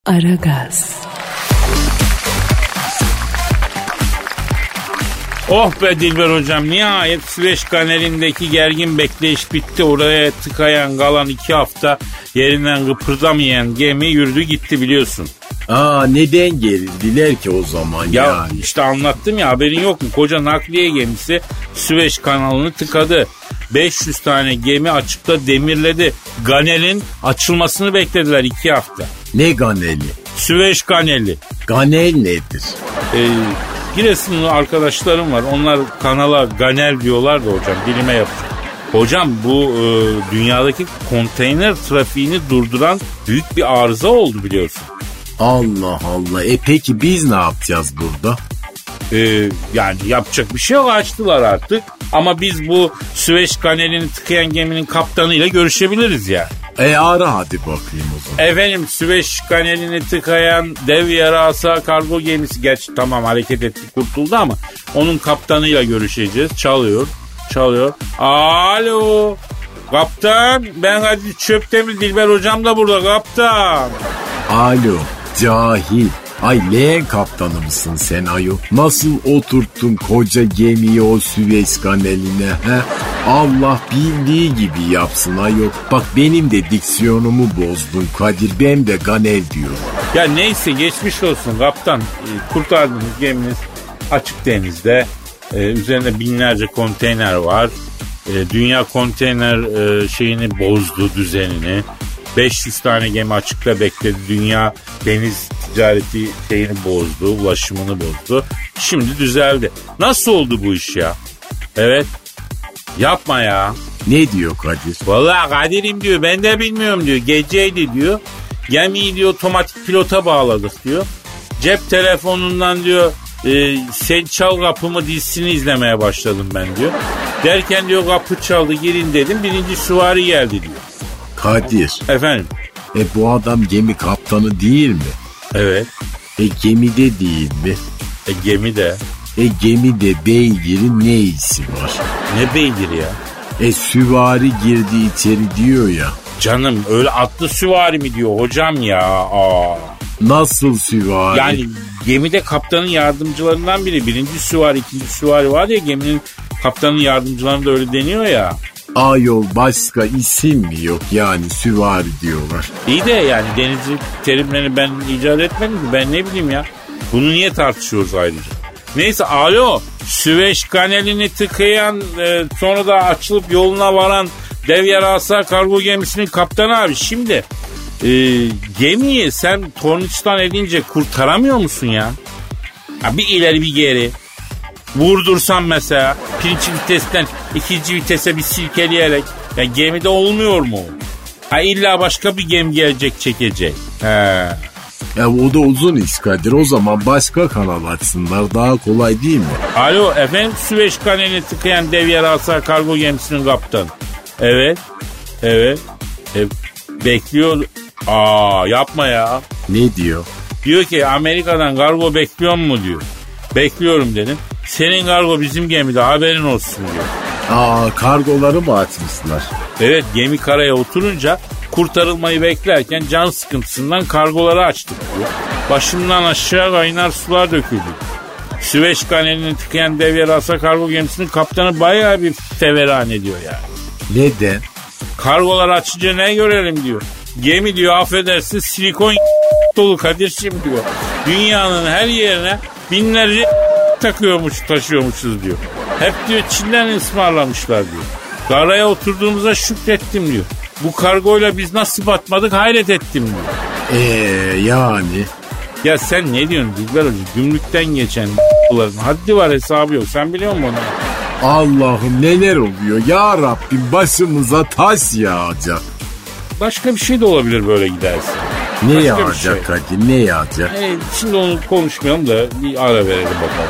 Aragaz. Oh be Dilber hocam, nihayet Süveyş kanalindeki gergin bekleyiş bitti. Oraya tıkayan kalan 2 hafta yerinden kıpırdamayan gemi yürüdü gitti biliyorsun. Neden gerildiler ki o zaman ya yani? İşte anlattım ya, haberin yok mu? Koca nakliye gemisi Süveyş kanalını tıkadı. 500 tane gemi açıkta demirledi. Ganel'in açılmasını beklediler 2 hafta. Ne Ganel'i? Süveyş kanali. Ganel nedir? Giresunlu arkadaşlarım var. Onlar kanala Ganel diyorlar da hocam, dilime yapacak. Hocam bu dünyadaki konteyner trafiğini durduran büyük bir arıza oldu biliyorsun. Allah Allah. Peki biz ne yapacağız burada? Yani yapacak bir şey yok, açtılar artık. Ama biz bu Süveyş kanalini tıkayan geminin kaptanıyla görüşebiliriz ya. Ara hadi bakayım o zaman. Efendim, Süveyş kanalini tıkayan dev yarasa kargo gemisi, gerçi tamam hareket etti kurtuldu ama onun kaptanıyla görüşeceğiz. Çalıyor. Alo kaptan, ben Kadir Çöptemir, Dilber hocam da burada kaptan. Alo cahil. Ay leğen kaptanı mısın sen ayol? Nasıl oturttun koca gemiyi o Süveyş kanaline he? Allah bildiği gibi yapsın ayol. Bak benim de diksiyonumu bozdun Kadir. Ben de ganel diyorum. Ya neyse, geçmiş olsun kaptan. Kurtardınız, geminiz açık denizde. Üzerinde binlerce konteyner var. Dünya konteyner şeyini bozdu, düzenini. 500 tane gemi açıkta bekledi. Dünya deniz ticareti şeyini bozdu, ulaşımını bozdu. Şimdi düzeldi. Nasıl oldu bu iş ya? Evet. Yapma ya. Ne diyor Kadir? Vallahi Kadir'im diyor, ben de bilmiyorum diyor. Geceydi diyor. Gemiyi diyor otomatik pilota bağladık diyor. Cep telefonundan diyor Sen Çal Kapımı dizisini izlemeye başladım ben diyor. Derken diyor kapı çaldı, girin dedim. 1. süvari geldi diyor. Kadir. Efendim? Bu adam gemi kaptanı değil mi? Evet. Gemide değil mi? Gemide. Gemide beygirin ne işi var? Ne beygiri ya? Süvari girdi içeri diyor ya. Canım öyle atlı süvari mi diyor hocam ya? Nasıl süvari? Yani gemide kaptanın yardımcılarından biri. 1. süvari, 2. süvari var ya, geminin kaptanın yardımcılarına da öyle deniyor ya. Ayol başka isim mi yok yani süvari diyorlar. İyi de yani denizcilik terimlerini ben icat etmedim ki, ben ne bileyim ya. Bunu niye tartışıyoruz ayrıca? Neyse, alo, Süveyş kanalini tıkayan sonra da açılıp yoluna varan dev yarasa kargo gemisinin kaptanı abi, şimdi gemiyi sen torniçtan edince kurtaramıyor musun ya? Bir ileri bir geri vurdursan mesela, birinci vitesten ikinci vitese bir silkeleyerek, ya gemide olmuyor mu? İlla başka bir gemi gelecek, çekecek. Ya o da uzun iş Kadir. O zaman başka kanal açsınlar, daha kolay değil mi? Alo efendim, Süveyş kanalini tıkayan dev yarasa kargo gemisinin kaptanı. Evet. Bekliyor. Yapma ya. Ne diyor? Diyor ki Amerika'dan kargo bekliyor mu diyor. Bekliyorum dedim. Senin kargo bizim gemide, haberin olsun diyor. Kargoları mı açmışlar? Evet, gemi karaya oturunca kurtarılmayı beklerken can sıkıntısından kargoları açtık diyor. Başımdan aşağı kaynar sular döküldü. Süveyş kanalini tıkayan dev yarasa kargo gemisinin kaptanı bayağı bir feveran ediyor yani. Neden? Kargolar açınca ne görelim diyor. Gemi diyor affedersin silikon dolu Kadir'cim diyor. Dünyanın her yerine binlerce taşıyormuşuz diyor. Hep diyor Çin'den ısmarlamışlar diyor. Karaya oturduğumuza şükrettim diyor. Bu kargoyla biz nasıl batmadık hayret ettim diyor. Yani. Ya sen ne diyorsun Dilber Hoca? Gümrükten geçen haddi var, hesabı yok. Sen biliyor musun onu? Allah'ım neler oluyor ya Rabbim, başımıza taş yağacak. Başka bir şey de olabilir böyle giderse. Ne başka yağacak Kadir, ne yağacak? Şimdi onu konuşmayalım da bir ara verelim bakalım.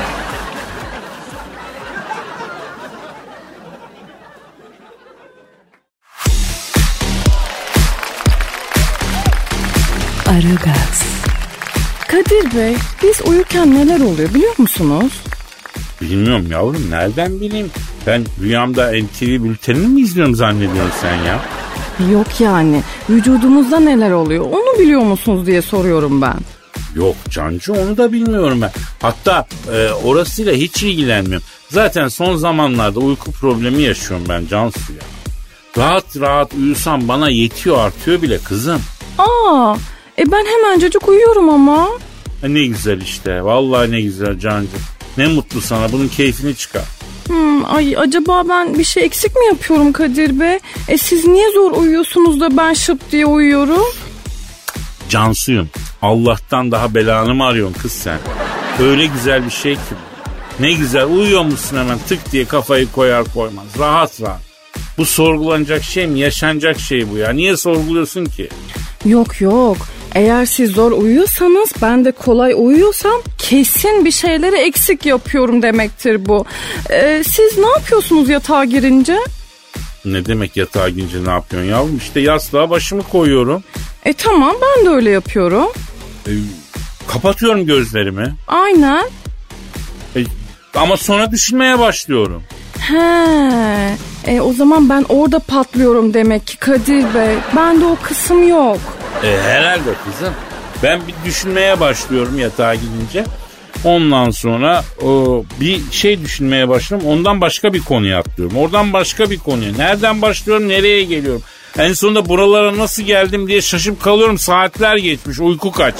Aragaz. Kadir Bey, biz uyurken neler oluyor biliyor musunuz? Bilmiyorum yavrum, nereden bileyim? Ben rüyamda NTV bültenini mi izliyorum zannediyorsun sen ya? Yok yani vücudumuzda neler oluyor onu biliyor musunuz diye soruyorum ben. Yok Cancu, onu da bilmiyorum ben. Hatta orasıyla hiç ilgilenmiyorum. Zaten son zamanlarda uyku problemi yaşıyorum ben Cansu ya. Rahat rahat uyusam bana yetiyor, artıyor bile kızım. Ben hemencecik uyuyorum ama. Ne güzel işte. Vallahi ne güzel Cancu. Ne mutlu sana, bunun keyfini çıkar. Acaba ben bir şey eksik mi yapıyorum Kadir Bey? Siz niye zor uyuyorsunuz da ben şıp diye uyuyorum? Cansuyum. Allah'tan daha belanı mı arıyorsun kız sen? Öyle güzel bir şey ki bu. Ne güzel uyuyor musun hemen tık diye kafayı koyar koymaz. Rahat rahat. Bu sorgulanacak şey mi? Yaşanacak şey bu ya. Niye sorguluyorsun ki? Yok. Eğer siz zor uyuyorsanız ben de kolay uyuyorsam kesin bir şeyleri eksik yapıyorum demektir bu. Siz ne yapıyorsunuz yatağa girince? Ne demek yatağa girince ne yapıyorsun yavrum? İşte yastığa başımı koyuyorum. Tamam ben de öyle yapıyorum. Kapatıyorum gözlerimi. Aynen. Ama sonra düşünmeye başlıyorum. O zaman ben orada patlıyorum demek ki Kadir Bey. Bende o kısım yok. Herhalde kızım. Ben bir düşünmeye başlıyorum yatağa gidince. Ondan sonra bir şey düşünmeye başlıyorum. Ondan başka bir konuya atlıyorum. Oradan başka bir konuya. Nereden başlıyorum, nereye geliyorum? En sonunda buralara nasıl geldim diye şaşıp kalıyorum. Saatler geçmiş, uyku kaçmış.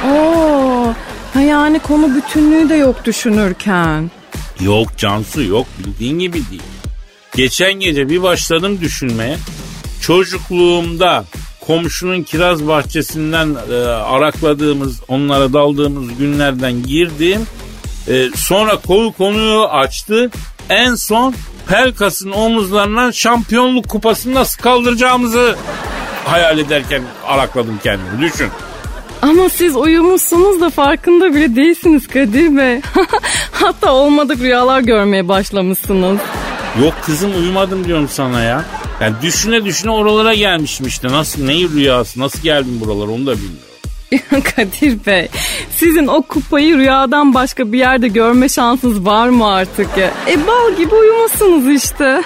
Yani konu bütünlüğü de yok düşünürken. Yok Cansu, yok, bildiğin gibi değil. Geçen gece bir başladım düşünmeye. Çocukluğumda komşunun kiraz bahçesinden arakladığımız, onlara daldığımız günlerden girdim. Sonra konuyu açtı. En son Pelkas'ın omuzlarından şampiyonluk kupasını nasıl kaldıracağımızı hayal ederken arakladım kendimi. Düşün. Ama siz uyumuşsunuz da farkında bile değilsiniz Kadir Bey. Hatta olmadık rüyalar görmeye başlamışsınız. Yok kızım, uyumadım diyorum sana ya. Yani düşüne oralara gelmişim işte. Nasıl, neyi rüyası, nasıl geldim buralara onu da bilmiyorum. Kadir Bey, sizin o kupayı rüyadan başka bir yerde görme şansınız var mı artık ya? Bal gibi uyumuşsunuz işte.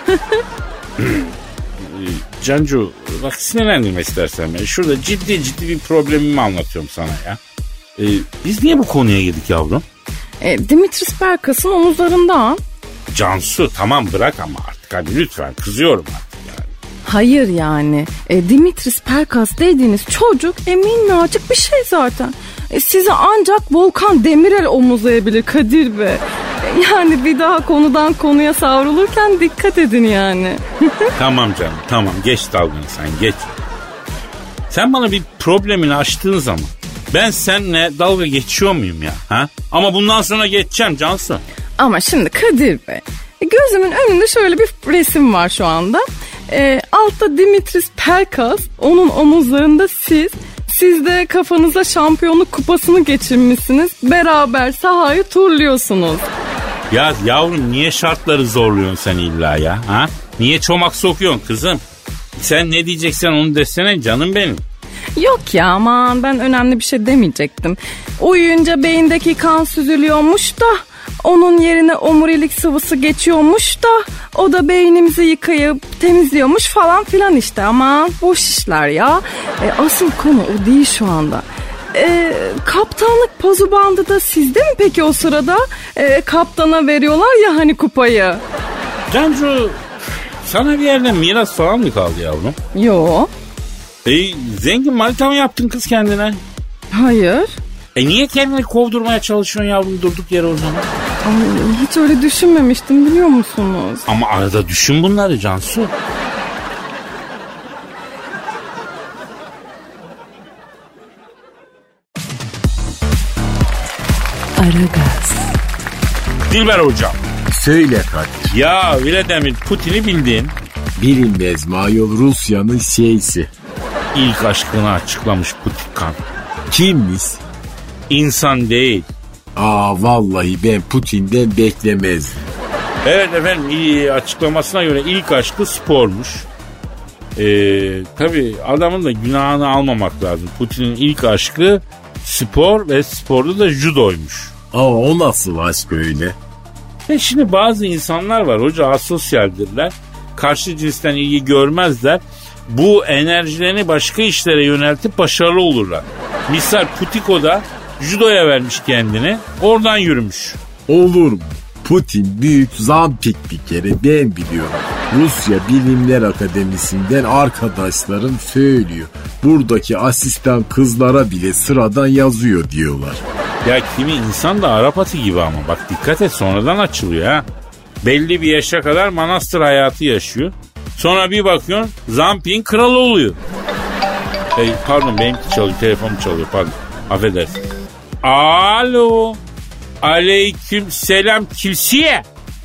Cancu, bak sinirlendirme istersen beni. Şurada ciddi bir problemimi anlatıyorum sana ya. Biz niye bu konuya girdik yavrum? Dimitris Pelkas'ın omuzlarından. Cansu tamam bırak ama artık hadi lütfen, kızıyorum artık yani. Hayır yani Dimitris Pelkas dediğiniz çocuk minnacık bir şey zaten. Sizi ancak Volkan Demirel omuzlayabilir Kadir Bey. Yani bir daha konudan konuya savrulurken dikkat edin yani. Tamam canım, tamam, geç dalgını sen, geç. Sen bana bir problemini açtığın zaman ben seninle dalga geçiyor muyum ya? Ha? Ama bundan sonra geçeceğim Cansu. Ama şimdi Kadir Bey, gözümün önünde şöyle bir resim var şu anda. Altta Dimitris Pelkas, onun omuzlarında siz de kafanıza şampiyonluk kupasını geçirmişsiniz. Beraber sahayı turluyorsunuz. Ya yavrum, niye şartları zorluyorsun sen illa ya? Ha? Niye çomak sokuyorsun kızım? Sen ne diyeceksen onu desene canım benim. Yok ya, aman ben önemli bir şey demeyecektim. Uyuyunca beyindeki kan süzülüyormuş da onun yerine omurilik sıvısı geçiyormuş da o da beynimizi yıkayıp temizliyormuş falan filan işte. Aman boş işler ya. Asıl konu o değil şu anda. Kaptanlık pozu bandı da sizde mi peki o sırada? Kaptana veriyorlar ya hani kupayı. Cancu, sana bir yerden miras falan mı kaldı yavrum? Yo. Zengin manita mı yaptın kız kendine? Hayır. Niye kendini kovdurmaya çalışıyorsun yavrum durduk yere o zaman? Hiç öyle düşünmemiştim biliyor musunuz? Ama arada düşün bunları Cansu. Aragaz. Dilber hocam. Söyle Kadir. Ya Vladimir Putin'i bildin. Bilinmez mayol, Rusya'nın şeysi. İlk aşkını açıklamış Putin. Kimmiş? İnsan değil. Vallahi ben Putin'den beklemezdim. Evet efendim, açıklamasına göre ilk aşkı spormuş. Tabii adamın da günahını almamak lazım. Putin'in ilk aşkı spor ve sporda da judoymuş. O nasıl aşk öyle? Şimdi bazı insanlar var hoca, asosyaldirler. Karşı cinsten ilgi görmezler bu enerjilerini başka işlere yöneltip başarılı olurlar. Misal Putiko'da judoya vermiş kendini, oradan yürümüş. Olur mu? Putin büyük zampik bir kere, ben biliyorum. Rusya Bilimler Akademisi'nden arkadaşlarım söylüyor. Buradaki asistan kızlara bile sıradan yazıyor diyorlar. Ya kimi insan da Arap atı gibi ama bak dikkat et, sonradan açılıyor ha. Belli bir yaşa kadar manastır hayatı yaşıyor. Sonra bir bakıyorsun zampin kralı oluyor. Pardon benimki çalıyor, telefonum çalıyor, pardon. Affedersin. Alo. Aleyküm selam kimsiye.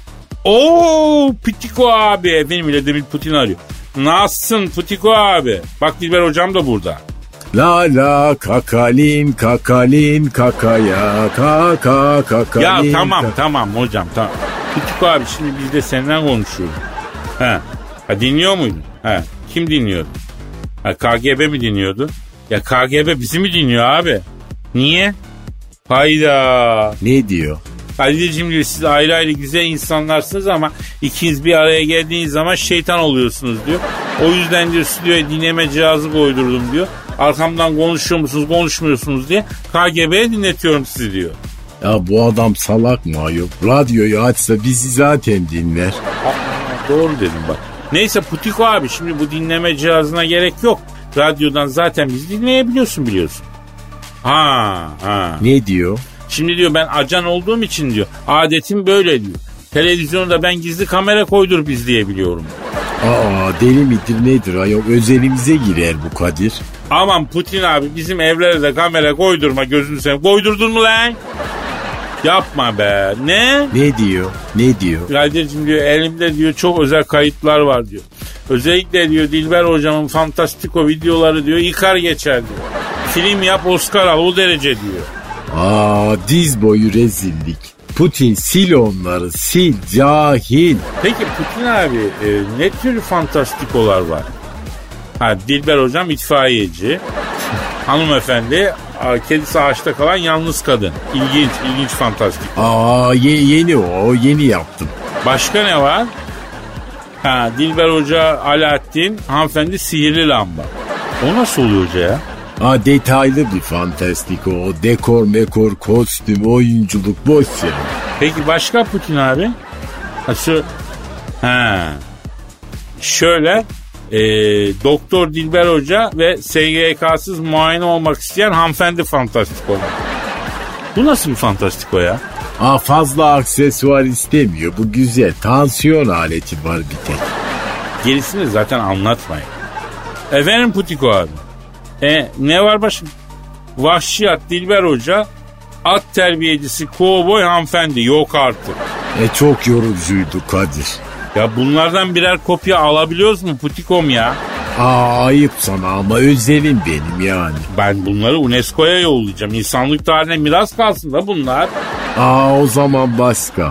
Oo Putiko abi, efendim Vladimir Putin arıyor. Nasılsın Putiko abi? Bak Dilber hocam da burada. La la kakalin kakalin kakaya kaka kakalin. Ya tamam hocam tamam. Putiko abi şimdi biz de senden konuşuyoruz. Ha dinliyor muydun? Ha kim dinliyordu? Ha KGB mi dinliyordu? Ya KGB bizi mi dinliyor abi? Niye? Hayda. Ne diyor? Kadir'cim diyor siz ayrı ayrı güzel insanlarsınız ama ikiniz bir araya geldiğiniz zaman şeytan oluyorsunuz diyor. O yüzden diyor stüdyoya dinleme cihazı koydurdum diyor. Arkamdan konuşuyor musunuz konuşmuyorsunuz diye KGB'ye dinletiyorum sizi diyor. Ya bu adam salak mı ayol? Radyoyu açsa bizi zaten dinler. Doğru dedim bak. Neyse Putiko abi şimdi bu dinleme cihazına gerek yok. Radyodan zaten bizi dinleyebiliyorsun biliyorsun. Ha. Ne diyor? Şimdi diyor ben ajan olduğum için diyor adetim böyle diyor. Televizyonda ben gizli kamera koydur biz diyebiliyorum. Deli midir nedir ayol? Özelimize girer bu Kadir. Aman Putin abi bizim evlere de kamera koydurma gözünü seveyim. Koydurdun mu lan? Yapma be. Ne? Ne diyor? Kadir'cim diyor elimde diyor çok özel kayıtlar var diyor. Özellikle diyor Dilber hocamın fantastiko videoları diyor yıkar geçer diyor. Film yap Oscar al o derece diyor. Diz boyu rezillik. Putin sil onları sil cahil. Peki Putin abi ne tür fantastikolar var? Dilber hocam itfaiyeci. Hanımefendi kedisi ağaçta kalan yalnız kadın. İlginç fantastik. Yeni yaptım. Başka ne var? Dilber Hoca Alaaddin, hanımefendi sihirli lamba. O nasıl oluyor hoca ya? Detaylı bir fantastik o. Dekor, mekor, kostüm, oyunculuk boş ver. Peki başka Putin abi? Şöyle Doktor Dilber Hoca ve SGK'sız muayene olmak isteyen hanımefendi fantastik olmak. Bu nasıl bir fantastik o ya? Fazla aksesuar istemiyor. Bu güzel. Tansiyon aleti var bir tek. Gerisini zaten anlatmayın. Efendim Putiko abi. Ne var başım? Vahşiyat Dilber Hoca, at terbiyecisi kovboy hanımefendi. Yok artık. Çok yorucuydu Kadir. Ya bunlardan birer kopya alabiliyoruz mu Putikom ya? Ayıp sana ama özelim benim yani. Ben bunları UNESCO'ya yollayacağım. İnsanlık tarihine miras kalsın da bunlar. O zaman başka.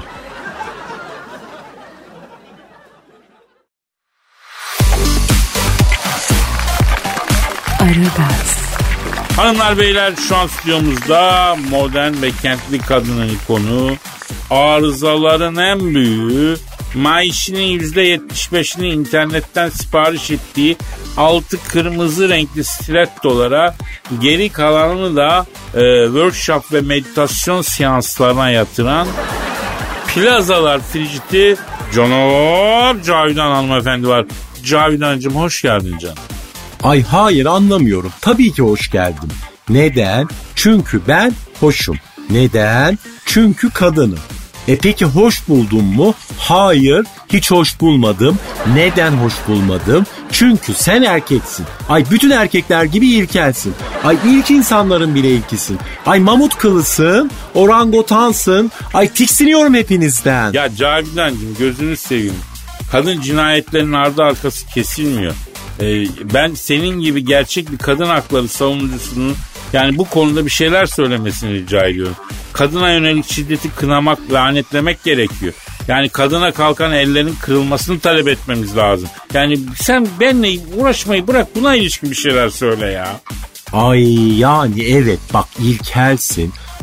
Aragaz. Hanımlar beyler şu an stüdyomuzda modern ve kentli kadının ikonu, arızaların en büyüğü, maaşının %75'ini internetten sipariş ettiği altı kırmızı renkli stilettolara, geri kalanını da workshop ve meditasyon seanslarına yatıran plazalar friciti Canavar Cavidan hanımefendi var. Cavidancığım hoş geldin canım. Hayır anlamıyorum. Tabii ki hoş geldim. Neden? Çünkü ben hoşum. Neden? Çünkü kadınım. Peki hoş buldun mu? Hayır, hiç hoş bulmadım. Neden hoş bulmadım? Çünkü sen erkeksin. Bütün erkekler gibi ilkelsin. İlk insanların bile ilkisin. Mamut kılısın, orangotansın. Tiksiniyorum hepinizden. Ya Cavidancığım gözünü seveyim. Kadın cinayetlerinin ardı arkası kesilmiyor. Ben senin gibi gerçek bir kadın hakları savunucusunun yani bu konuda bir şeyler söylemesini rica ediyorum. Kadına yönelik şiddeti kınamak, lanetlemek gerekiyor. Yani kadına kalkan ellerin kırılmasını talep etmemiz lazım. Yani sen benimle uğraşmayı bırak, buna ilişkin bir şeyler söyle ya. Yani evet bak ilkelsin.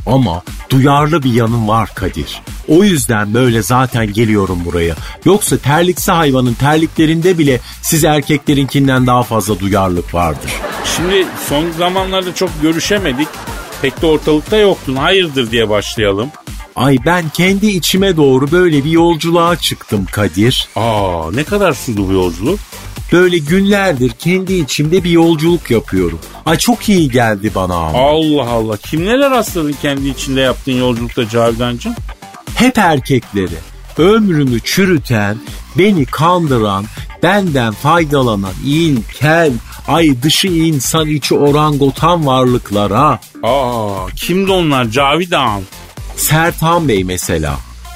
Ama duyarlı bir yanım var Kadir. O yüzden böyle zaten geliyorum buraya. Yoksa terliksi hayvanın terliklerinde bile siz erkeklerinkinden daha fazla duyarlılık vardır. Şimdi son zamanlarda çok görüşemedik. Pek de ortalıkta yoktun. Hayırdır diye başlayalım. Ay ben kendi içime doğru böyle bir yolculuğa çıktım Kadir. Ne kadar sürdü bu yolculuk? Böyle günlerdir kendi içimde bir yolculuk yapıyorum. Ay çok iyi geldi bana ama. Allah Allah. Kimlere rastladın kendi içinde yaptığın yolculukta Cavidancığım? Hep erkekleri. Ömrümü çürüten, beni kandıran, benden faydalanan ilkel, ay dışı insan içi orangutan varlıklara. Kimdi onlar Cavidan? Serthan Bey mesela.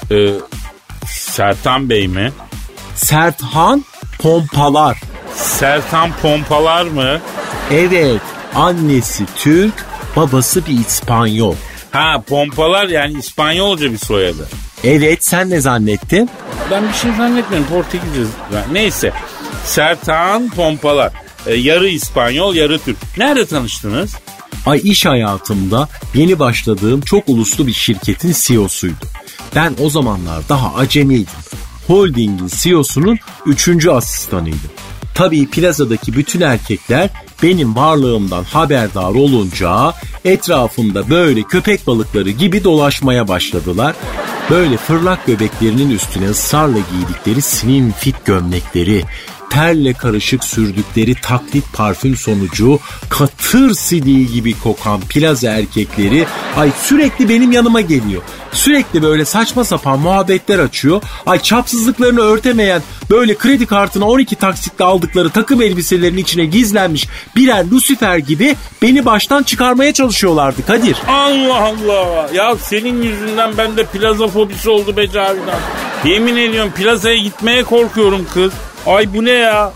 Sertan Bey mi? Serthan Pompalar. Sertan Pompalar mı? Evet, annesi Türk, babası bir İspanyol. Pompalar yani İspanyolca bir soyadı. Evet, sen ne zannettin? Ben bir şey zannetmiyorum, Portekizce. Neyse, Sertan Pompalar. Yarı İspanyol, yarı Türk. Nerede tanıştınız? Ay iş hayatımda yeni başladığım çok uluslu bir şirketin CEO'suydu. Ben o zamanlar daha acemiydim. Holding'in CEO'sunun 3. asistanıydım. Tabii plazadaki bütün erkekler benim varlığımdan haberdar olunca etrafımda böyle köpek balıkları gibi dolaşmaya başladılar. Böyle fırlak göbeklerinin üstüne ısrarla giydikleri slim fit gömlekleri, terle karışık sürdükleri taklit parfüm sonucu katır sidiği gibi kokan plaza erkekleri ay sürekli benim yanıma geliyor. Sürekli böyle saçma sapan muhabbetler açıyor. Ay çapsızlıklarını örtemeyen böyle kredi kartına 12 taksitle aldıkları takım elbiselerin içine gizlenmiş birer Lucifer gibi beni baştan çıkarmaya çalışıyorlardı Kadir. Allah Allah. Ya senin yüzünden bende plaza fobisi oldu be Cavidan. Yemin ediyorum plazaya gitmeye korkuyorum kız. Ay bu ne ya?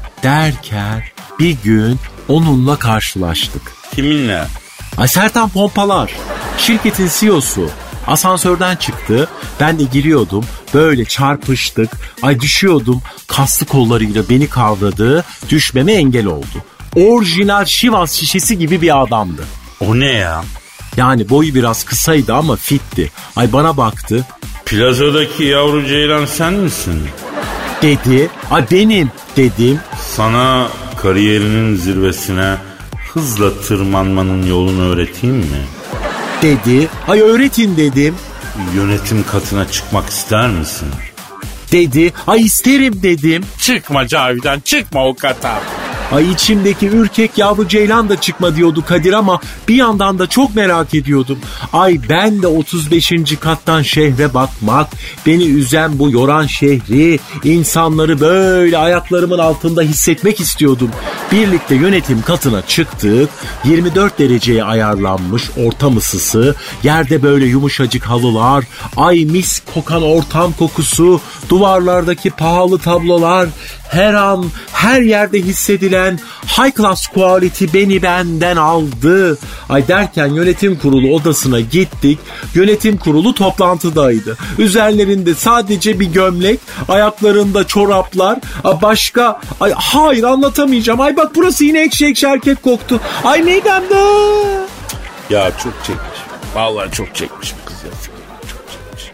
Derken bir gün onunla karşılaştık. Kiminle? Ay Sertan Pompalar. Şirketin CEO'su. Asansörden çıktı. Ben de giriyordum. Böyle çarpıştık. Ay düşüyordum. Kaslı kollarıyla beni kavradı. Düşmeme engel oldu. Orijinal Şivas şişesi gibi bir adamdı. O ne ya? Yani boyu biraz kısaydı ama fitti. Ay bana baktı. Plazadaki yavru ceylan sen misin? Dedi. Ay benim dedim. Sana kariyerinin zirvesine hızla tırmanmanın yolunu öğreteyim mi? Dedi. Ay öğretin dedim. Yönetim katına çıkmak ister misin? Dedi. Ay isterim dedim. Çıkma Cavidan, çıkma o kata. Ay içimdeki ürkek yavru ceylan da çıkma diyordu Kadir ama bir yandan da çok merak ediyordum. Ay ben de 35. kattan şehre bakmak, beni üzen bu yoran şehri, insanları böyle ayaklarımın altında hissetmek istiyordum. Birlikte yönetim katına çıktık. 24 dereceye ayarlanmış ortam ısısı, yerde böyle yumuşacık halılar, ay mis kokan ortam kokusu, duvarlardaki pahalı tablolar, her an her yerde hissedilen high class quality beni benden aldı. Ay derken yönetim kurulu odasına gittik. Yönetim kurulu toplantıdaydı. Üzerlerinde sadece bir gömlek, ayaklarında çoraplar, başka hayır anlatamayacağım. Ay bak burası yine ekşi ekşi erkek koktu. Ay midemde. Ya çok çekmiş. Vallahi çok çekmiş bu kız ya. Çok çekmiş.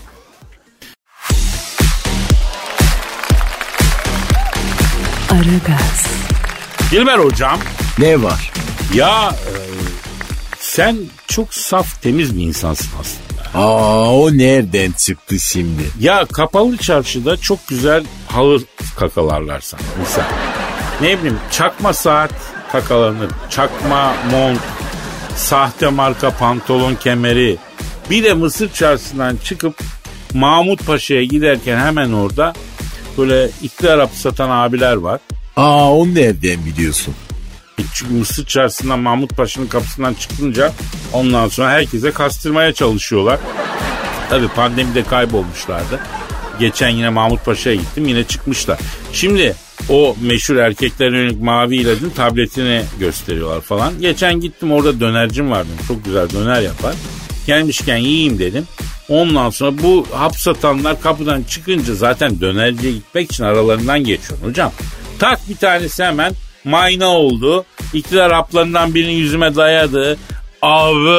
Aragaz. Dilber hocam. Ne var? Ya sen çok saf temiz bir insansın aslında. O nereden çıktı şimdi? Ya kapalı çarşıda çok güzel halı kakalarlar sana. Misal. Ne bileyim çakma saat kakalanır. Çakma mont. Sahte marka pantolon kemeri. Bir de Mısır çarşısından çıkıp Mahmut Paşa'ya giderken hemen orada böyle ikli Arap satan abiler var. Onu nereden biliyorsun? Çünkü Mısır çarşısından Mahmut Paşa'nın kapısından çıkınca ondan sonra herkese kastırmaya çalışıyorlar. Tabii pandemide kaybolmuşlardı. Geçen yine Mahmut Paşa'ya gittim, yine çıkmışlar. Şimdi o meşhur erkeklere yönelik mavi ilacın tabletini gösteriyorlar falan. Geçen gittim, orada dönercim vardı. Çok güzel döner yapar. Gelmişken yiyeyim dedim. Ondan sonra bu hap satanlar kapıdan çıkınca zaten dönerciye gitmek için aralarından geçiyor hocam. Tak bir tanesi hemen mayna oldu. İktidar haplarından birini yüzüme dayadı. Abi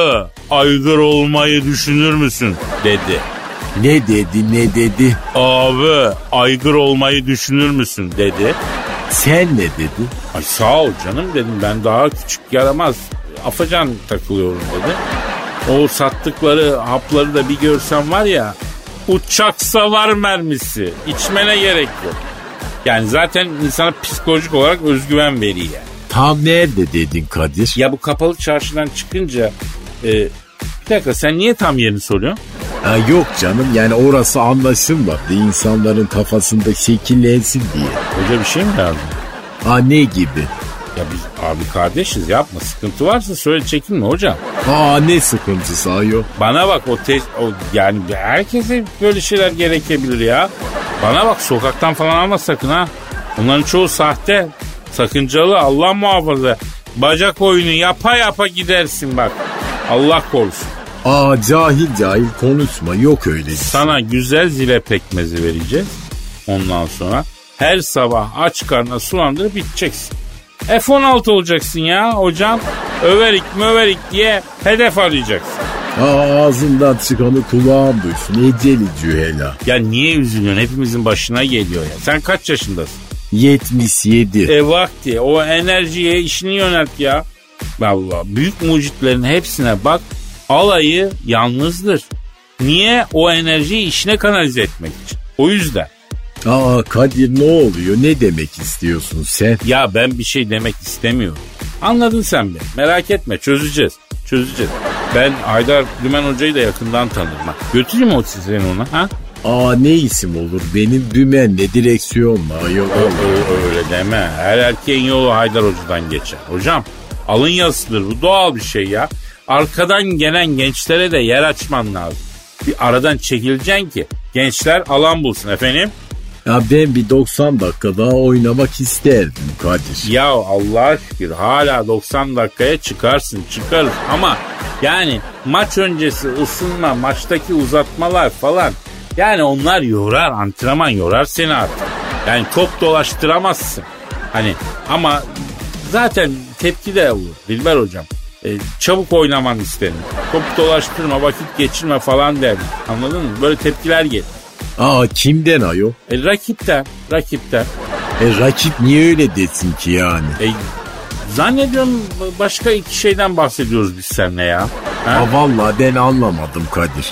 aygır olmayı düşünür müsün dedi. Ne dedi? Abi aygır olmayı düşünür müsün dedi. Sen ne dedin? Ay sağ ol canım dedim, ben daha küçük yaramaz afacan takılıyorum dedi. O sattıkları hapları da bir görsem var ya, uçak savar mermisi, içmene gerek yok. Yani zaten insana psikolojik olarak özgüven veriyor yani. Tam nerede dedin Kadir? Ya bu kapalı çarşıdan çıkınca bir dakika, sen niye tam yerini soruyorsun? Yok canım, yani orası anlaşılmadı. İnsanların kafasında şekillensin diye. Hoca bir şey mi lazım? Ne gibi? Ya biz abi kardeşiz, yapma, sıkıntı varsa söyle, çekinme hocam. Ne sıkıntısı ayol? Bana bak yani herkese böyle şeyler gerekebilir ya. Bana bak, sokaktan falan alma sakın ha. Onların çoğu sahte, sakıncalı, Allah muhafaza. Bacak oyunu yapa gidersin bak. Allah korusun. Cahil konuşma, yok öyle bir şey. Sana güzel zile pekmezi vereceğiz. Ondan sonra her sabah aç karnına sulandırıp içeceksin. F-16 olacaksın ya hocam. Överik diye hedef arayacaksın. Ağzından çıkanı kulağım duysun. Eceli cühela. Ya niye üzülüyorsun? Hepimizin başına geliyor ya. Sen kaç yaşındasın? 77. Vakti. O enerjiye işini yönelt ya. Vallahi büyük mucitlerin hepsine bak. Alayı yalnızdır. Niye? O enerjiyi işine kanalize etmek için. O yüzden. Kadir, ne oluyor? Ne demek istiyorsun sen? Ya ben bir şey demek istemiyorum. Anladın sen beni. Merak etme, çözeceğiz. Ben Haydar Dümen Hoca'yı da yakından tanırım. Götüreyim o seni ona ha? Ne isim olur? Benim Dümen'le direksiyonla. Öyle deme. Her erkeğin yolu Haydar Hoca'dan geçer. Hocam alın yazısıdır, bu doğal bir şey ya. Arkadan gelen gençlere de yer açman lazım. Bir aradan çekileceksin ki gençler alan bulsun efendim. Ya ben bir 90 dakika daha oynamak isterdim Kadir. Ya Allah şükür hala 90 dakikaya çıkarız ama yani maç öncesi ısınma, maçtaki uzatmalar falan, yani onlar yorar, antrenman yorar seni artık. Yani top dolaştıramazsın. Hani ama zaten tepki de olur Dilber hocam. Çabuk oynaman isterim. Top dolaştırma, vakit geçirme falan der. Anladın mı? Böyle tepkiler gelir. Kimden ayol? Rakipten. Rakip niye öyle desin ki yani? Zannediyorum başka iki şeyden bahsediyoruz biz seninle ya. Vallahi ben anlamadım Kadir.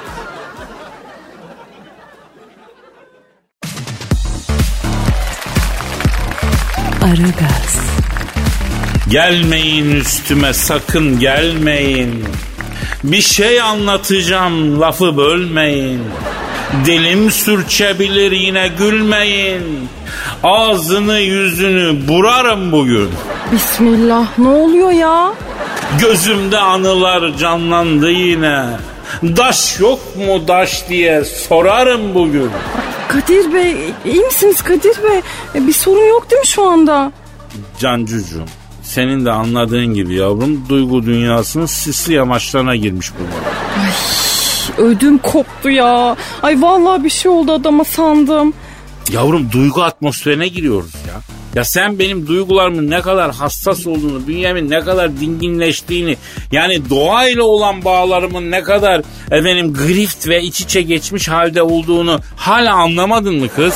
Aragaz. Gelmeyin üstüme, sakın gelmeyin. Bir şey anlatacağım, lafı bölmeyin. Dilim sürçebilir, yine gülmeyin. Ağzını yüzünü burarım bugün. Bismillah, ne oluyor ya? Gözümde anılar canlandı yine. Daş yok mu daş diye sorarım bugün. Kadir Bey, iyi misiniz Kadir Bey? Bir sorun yok değil mi şu anda? Cancucuğum, senin de anladığın gibi yavrum, duygu dünyasının sisli yamaçlarına girmiş bunlar. Ödüm koptu ya. Ay vallahi bir şey oldu adama sandım. Yavrum, duygu atmosferine giriyoruz ya. Ya sen benim duygularımın ne kadar hassas olduğunu, bünyemin ne kadar dinginleştiğini, yani doğayla olan bağlarımın ne kadar grift ve iç içe geçmiş halde olduğunu hala anlamadın mı kız?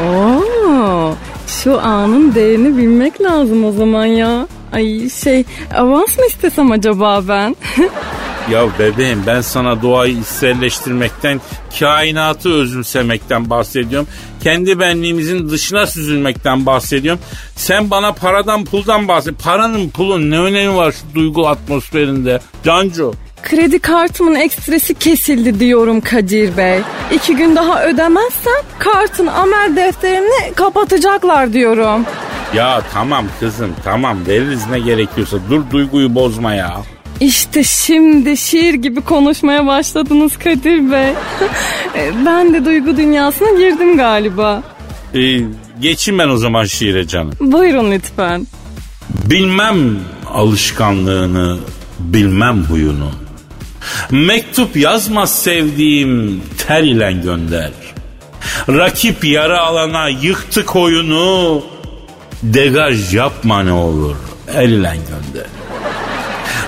Şu anın değerini bilmek lazım o zaman ya. Ay avans mı istesem acaba ben? Ya bebeğim, ben sana doğayı içselleştirmekten, kainatı özümsemekten bahsediyorum. Kendi benliğimizin dışına süzülmekten bahsediyorum. Sen bana paradan puldan bahsediyorsun. Paranın pulun ne önemi var şu duygu atmosferinde Cancu? Kredi kartımın ekstresi kesildi diyorum Kadir Bey. 2 gün daha ödemezsem kartın amel defterini kapatacaklar diyorum. Ya tamam kızım, tamam, veririz ne gerekiyorsa, dur duyguyu bozma ya. İşte şimdi şiir gibi konuşmaya başladınız Kadir Bey. Ben de duygu dünyasına girdim galiba. Geçeyim ben o zaman şiire canım. Buyurun lütfen. Bilmem alışkanlığını, bilmem huyunu. Mektup yazmaz sevdiğim, ter ile gönder. Rakip yarı alana yıktık oyunu. Degaj yapma ne olur, el ile gönder.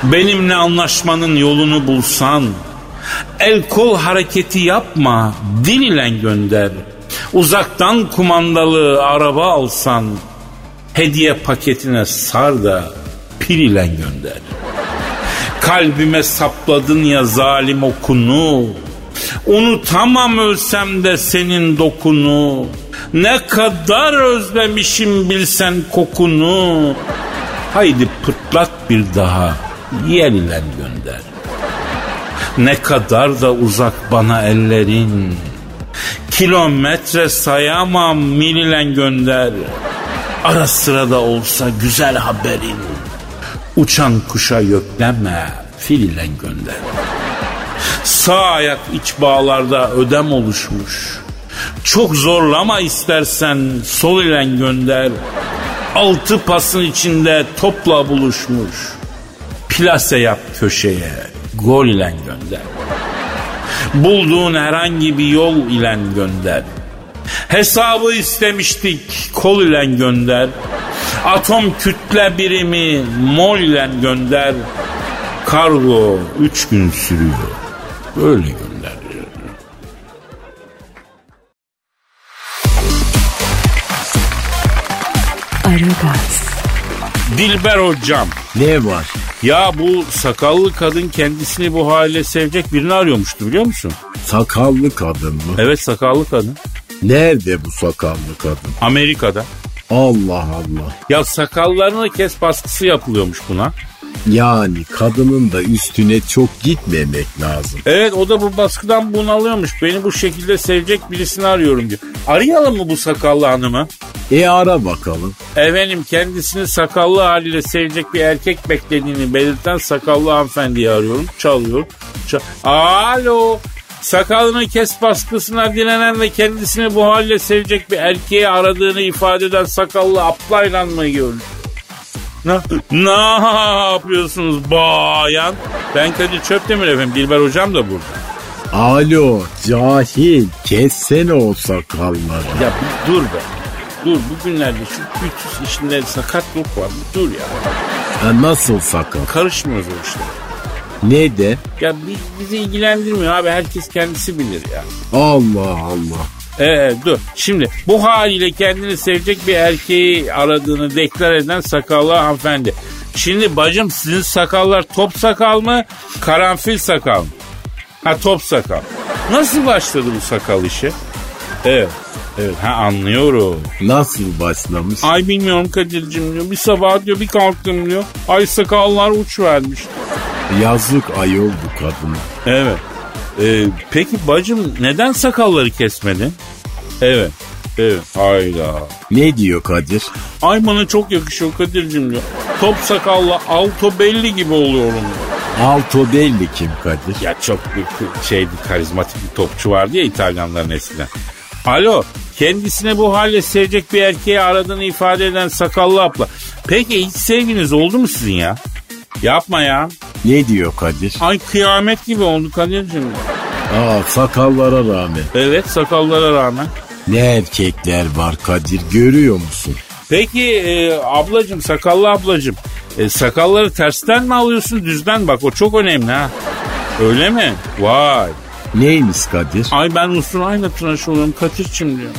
Benimle anlaşmanın yolunu bulsan, el kol hareketi yapma, dil ile gönder. Uzaktan kumandalı araba alsan, hediye paketine sar da pil ile gönder. Kalbime sapladın ya zalim okunu, unutamam ölsem de senin dokunu. Ne kadar özlemişim bilsen kokunu. Haydi pırtlat bir daha, yer ile gönder. Ne kadar da uzak bana ellerin, kilometre sayamam, mil ile gönder. Ara sıra da olsa güzel haberin, uçan kuşa yükleme, fil ile gönder. Sağ ayak iç bağlarda ödem oluşmuş, çok zorlama istersen sol ile gönder. Altı pasın içinde topla buluşmuş, plase yap köşeye, gol ile gönder. Bulduğun herhangi bir yol ile gönder. Hesabı istemiştik, kol ile gönder. Atom kütle birimi mol ile gönder. Kargo 3 gün sürüyor, böyle gönder. Aragaz. Dilber hocam. Ne var? Ya bu sakallı kadın kendisini bu hale sevecek birini arıyormuştu, biliyor musun? Sakallı kadın mı? Evet, sakallı kadın. Nerede bu sakallı kadın? Amerika'da. Allah Allah. Ya sakallarını kes baskısı yapılıyormuş buna. Yani kadının da üstüne çok gitmemek lazım. Evet, o da bu baskıdan bunalıyormuş. Beni bu şekilde sevecek birisini arıyorum diyor. Arayalım mı bu sakallı hanımı? Ara bakalım. Efendim, kendisini sakallı haliyle sevecek bir erkek beklediğini belirten sakallı hanımefendiyi arıyorum. Çalıyorum. Alo. Sakalını kes baskısına direnen ve kendisini bu haliyle sevecek bir erkeği aradığını ifade eden sakallı aplayla mı görüyor? Ne yapıyorsunuz bayan? Ben Kadir Çöptemir efendim. Dilber hocam da burada. Alo cahil, kessene o sakalları. Ya dur be. Dur, bugünlerde şu bütüs işinde sakatlık var. Dur ya. Nasıl sakal? Karışmıyoruz o işte. Ne de? Ya bizi ilgilendirmiyor abi. Herkes kendisi bilir ya. Allah Allah. Dur. Şimdi bu haliyle kendini sevecek bir erkeği aradığını deklar eden sakallı hanımefendi. Şimdi bacım, sizin sakallar top sakal mı, karanfil sakal mı? Ha, top sakal. Nasıl başladı bu sakal işi? Evet, anlıyorum. Nasıl başlamış? Ay bilmiyorum Kadir'cim diyor. Bir sabah diyor bir kalktım diyor. Ay sakallar uçvermiş. Yazık ayol bu kadına. Evet. Peki bacım, neden sakalları kesmedin? Evet. Hayda. Ne diyor Kadir? Ay bana çok yakışıyor Kadir'cim diyor. Top sakalla Altobelli gibi oluyorum diyor. Altobelli kim Kadir? Ya çok bir karizmatik bir topçu vardı ya İtalyanların eskiden. Alo, kendisine bu halde sevecek bir erkeği aradığını ifade eden sakallı abla. Peki hiç sevginiz oldu mu sizin ya? Yapma ya. Ne diyor Kadir? Ay kıyamet gibi oldu Kadir'cim. Sakallara rağmen. Evet, sakallara rağmen. Ne erkekler var Kadir, görüyor musun? Peki ablacım, sakallı ablacım. Sakalları tersten mi alıyorsun, düzden? Bak o çok önemli ha. Öyle mi? Vay. Neymiş Kadir? Ay ben usturayla tıraş oluyorum Kadir'cim diyor.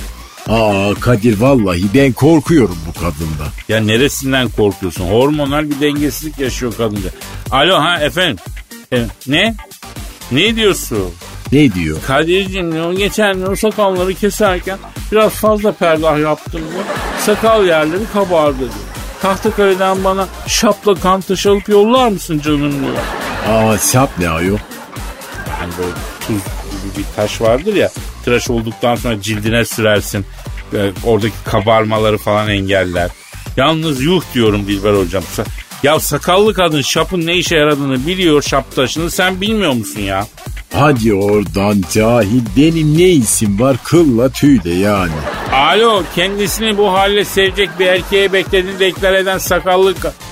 Kadir vallahi ben korkuyorum bu kadından. Ya neresinden korkuyorsun? Hormonal bir dengesizlik yaşıyor kadınca. Alo efendim. Ne? Ne diyorsun? Ne diyor? Kadir'cim diyor, geçen o sakalları keserken biraz fazla perdah yaptım diyor. Sakal yerleri kabardı diyor. Tahtakale'den bana şapla kan taşı alıp yollar mısın canım diyor. Şap ne ayol? Hani böyle tuz gibi bir taş vardır ya, tıraş olduktan sonra cildine sürersin. Oradaki kabarmaları falan engeller. Yalnız yuh diyorum Dilber hocam. Ya sakallı kadın şapın ne işe yaradığını biliyor, şap taşını, sen bilmiyor musun ya? Hadi oradan cahil, benim ne isim var kılla tüyle yani. Alo, kendisini bu halle sevecek bir erkeğe beklediğini deklar eden sakallı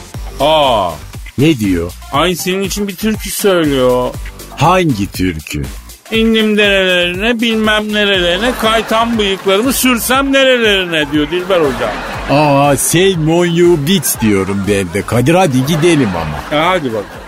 Ne diyor? Ay senin için bir türkü söylüyor. Hangi türkü? İndim derelerine, bilmem nerelerine, kaytan bıyıklarımı sürsem nerelerine diyor Dilber hocam. Say mon you bitch diyorum ben de. Kadir hadi gidelim ama. Hadi bak.